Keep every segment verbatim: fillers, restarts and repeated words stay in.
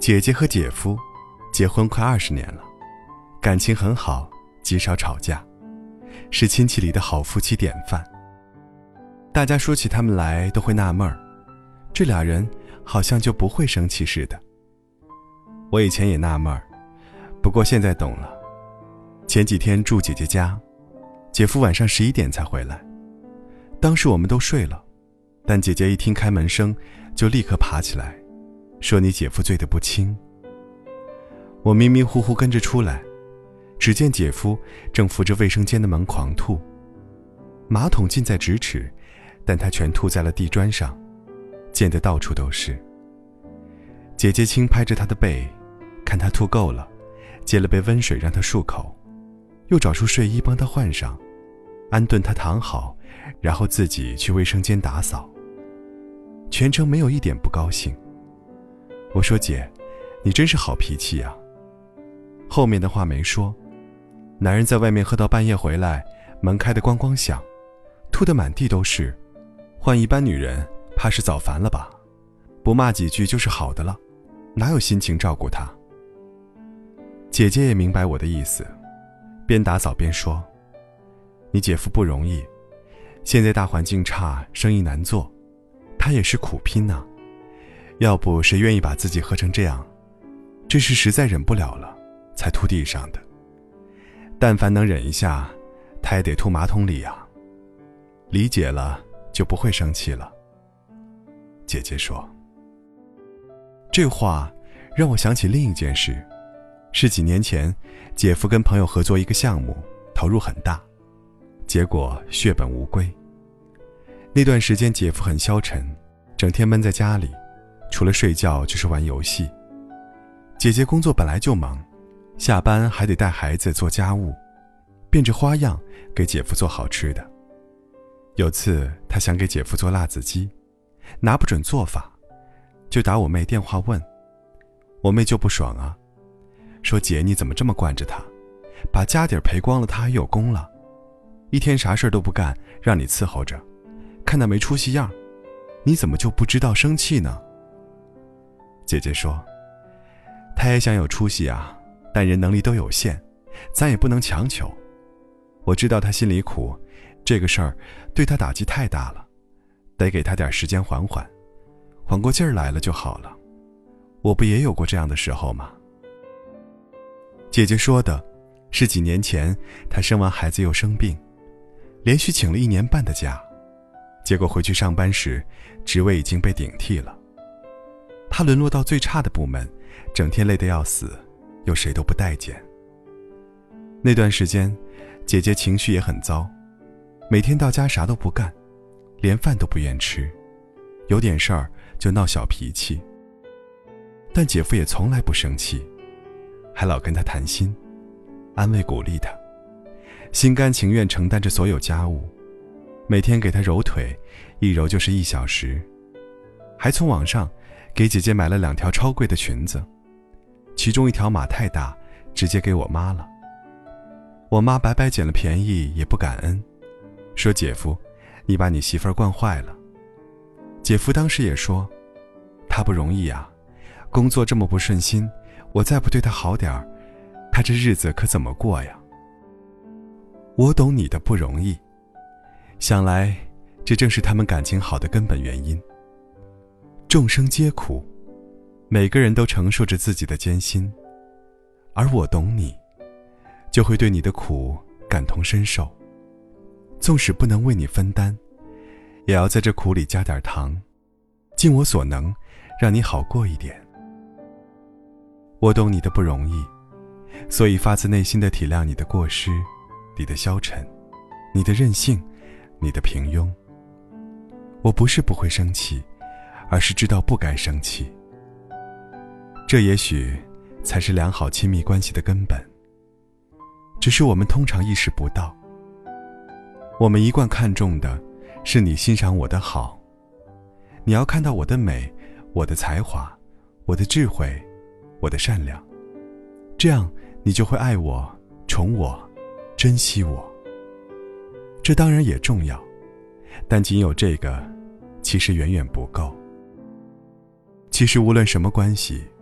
姐姐和姐夫结婚快二十年了，感情很好，极少吵架，是亲戚里的好夫妻典范。大家说起他们来都会纳闷儿，这俩人好像就不会生气似的。我以前也纳闷儿，不过现在懂了。前几天住姐姐家，姐夫晚上十一点才回来，当时我们都睡了，但姐姐一听开门声就立刻爬起来，说你姐夫醉得不轻。我迷迷糊糊跟着出来，只见姐夫正扶着卫生间的门狂吐，马桶近在咫尺，但他全吐在了地砖上，溅得到处都是。姐姐轻拍着他的背，看他吐够了，接了杯温水让他漱口，又找出睡衣帮他换上，安顿他躺好，然后自己去卫生间打扫。全程没有一点不高兴。我说姐，你真是好脾气啊。后面的话没说，男人在外面喝到半夜回来，门开得咣咣响，吐得满地都是，换一般女人怕是早烦了吧，不骂几句就是好的了，哪有心情照顾他。姐姐也明白我的意思，边打扫边说，你姐夫不容易，现在大环境差，生意难做，他也是苦拼啊，要不谁愿意把自己喝成这样，这是实在忍不了了才吐地上的，但凡能忍一下，他也得吐马桶里啊。理解了就不会生气了。姐姐说，这话让我想起另一件事，是几年前姐夫跟朋友合作一个项目，投入很大，结果血本无归。那段时间姐夫很消沉，整天闷在家里，除了睡觉就是玩游戏。姐姐工作本来就忙，下班还得带孩子做家务，变着花样给姐夫做好吃的。有次她想给姐夫做辣子鸡，拿不准做法，就打我妹电话问。我妹就不爽啊，说姐你怎么这么惯着他，把家底儿赔光了他还有功了，一天啥事儿都不干，让你伺候着，看他没出息样，你怎么就不知道生气呢？姐姐说，他也想有出息啊，但人能力都有限，咱也不能强求。我知道他心里苦，这个事儿对他打击太大了，得给他点时间缓缓，缓过劲儿来了就好了。我不也有过这样的时候吗？姐姐说的是几年前她生完孩子又生病，连续请了一年半的假，结果回去上班时职位已经被顶替了。她沦落到最差的部门，整天累得要死，又谁都不待见。那段时间姐姐情绪也很糟，每天到家啥都不干，连饭都不愿吃，有点事儿就闹小脾气。但姐夫也从来不生气，还老跟她谈心，安慰鼓励她，心甘情愿承担着所有家务，每天给她揉腿，一揉就是一小时，还从网上给姐姐买了两条超贵的裙子，其中一条码太大，直接给我妈了。我妈白白捡了便宜也不感恩，说姐夫你把你媳妇儿惯坏了。姐夫当时也说，他不容易啊，工作这么不顺心，我再不对他好点儿，他这日子可怎么过呀？我懂你的不容易，想来这正是他们感情好的根本原因。众生皆苦，每个人都承受着自己的艰辛，而我懂你，就会对你的苦感同身受，纵使不能为你分担，也要在这苦里加点糖，尽我所能让你好过一点。我懂你的不容易，所以发自内心的体谅你的过失，你的消沉，你的任性，你的平庸。我不是不会生气，而是知道不该生气。这也许才是良好亲密关系的根本，只是我们通常意识不到。我们一贯看重的是你欣赏我的好，你要看到我的美，我的才华，我的智慧，我的善良，这样你就会爱我，宠我，珍惜我。这当然也重要，但仅有这个其实远远不够。其实无论什么关系，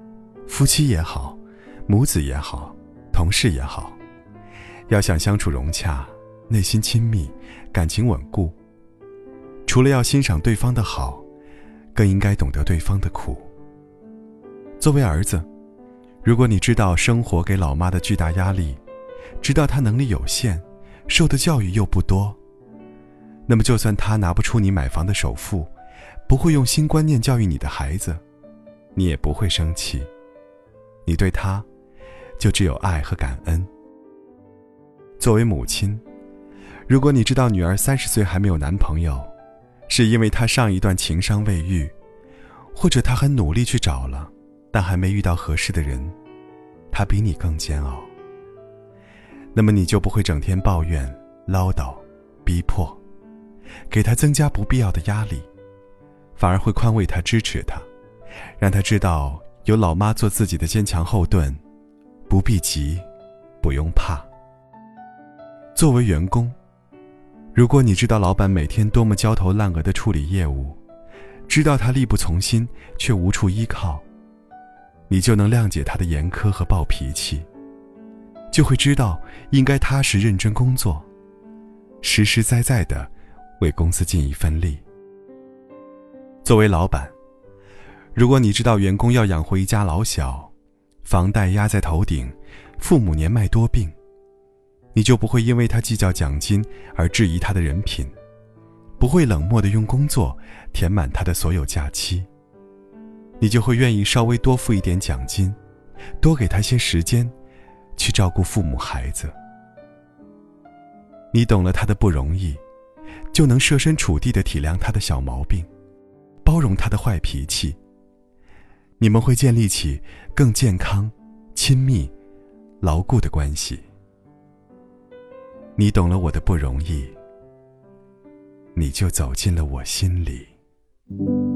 夫妻也好，母子也好，同事也好，要想相处融洽，内心亲密，感情稳固，除了要欣赏对方的好，更应该懂得对方的苦。作为儿子，如果你知道生活给老妈的巨大压力，知道她能力有限，受的教育又不多，那么就算她拿不出你买房的首付，不会用新观念教育你的孩子，你也不会生气，你对她就只有爱和感恩。作为母亲，如果你知道女儿三十岁还没有男朋友，是因为她上一段情伤未愈，或者她很努力去找了，但还没遇到合适的人，她比你更煎熬，那么你就不会整天抱怨、唠叨、逼迫，给她增加不必要的压力，反而会宽慰她、支持她，让她知道有老妈做自己的坚强后盾，不必急，不用怕。作为员工，如果你知道老板每天多么焦头烂额地处理业务，知道他力不从心却无处依靠，你就能谅解他的严苛和暴脾气，就会知道应该踏实认真工作，实实在在地为公司尽一份力。作为老板，如果你知道员工要养活一家老小，房贷压在头顶，父母年迈多病，你就不会因为他计较奖金而质疑他的人品，不会冷漠地用工作填满他的所有假期，你就会愿意稍微多付一点奖金，多给他些时间去照顾父母孩子。你懂了他的不容易，就能设身处地地体谅他的小毛病，包容他的坏脾气，你们会建立起更健康、亲密、牢固的关系。你懂了我的不容易，你就走进了我心里。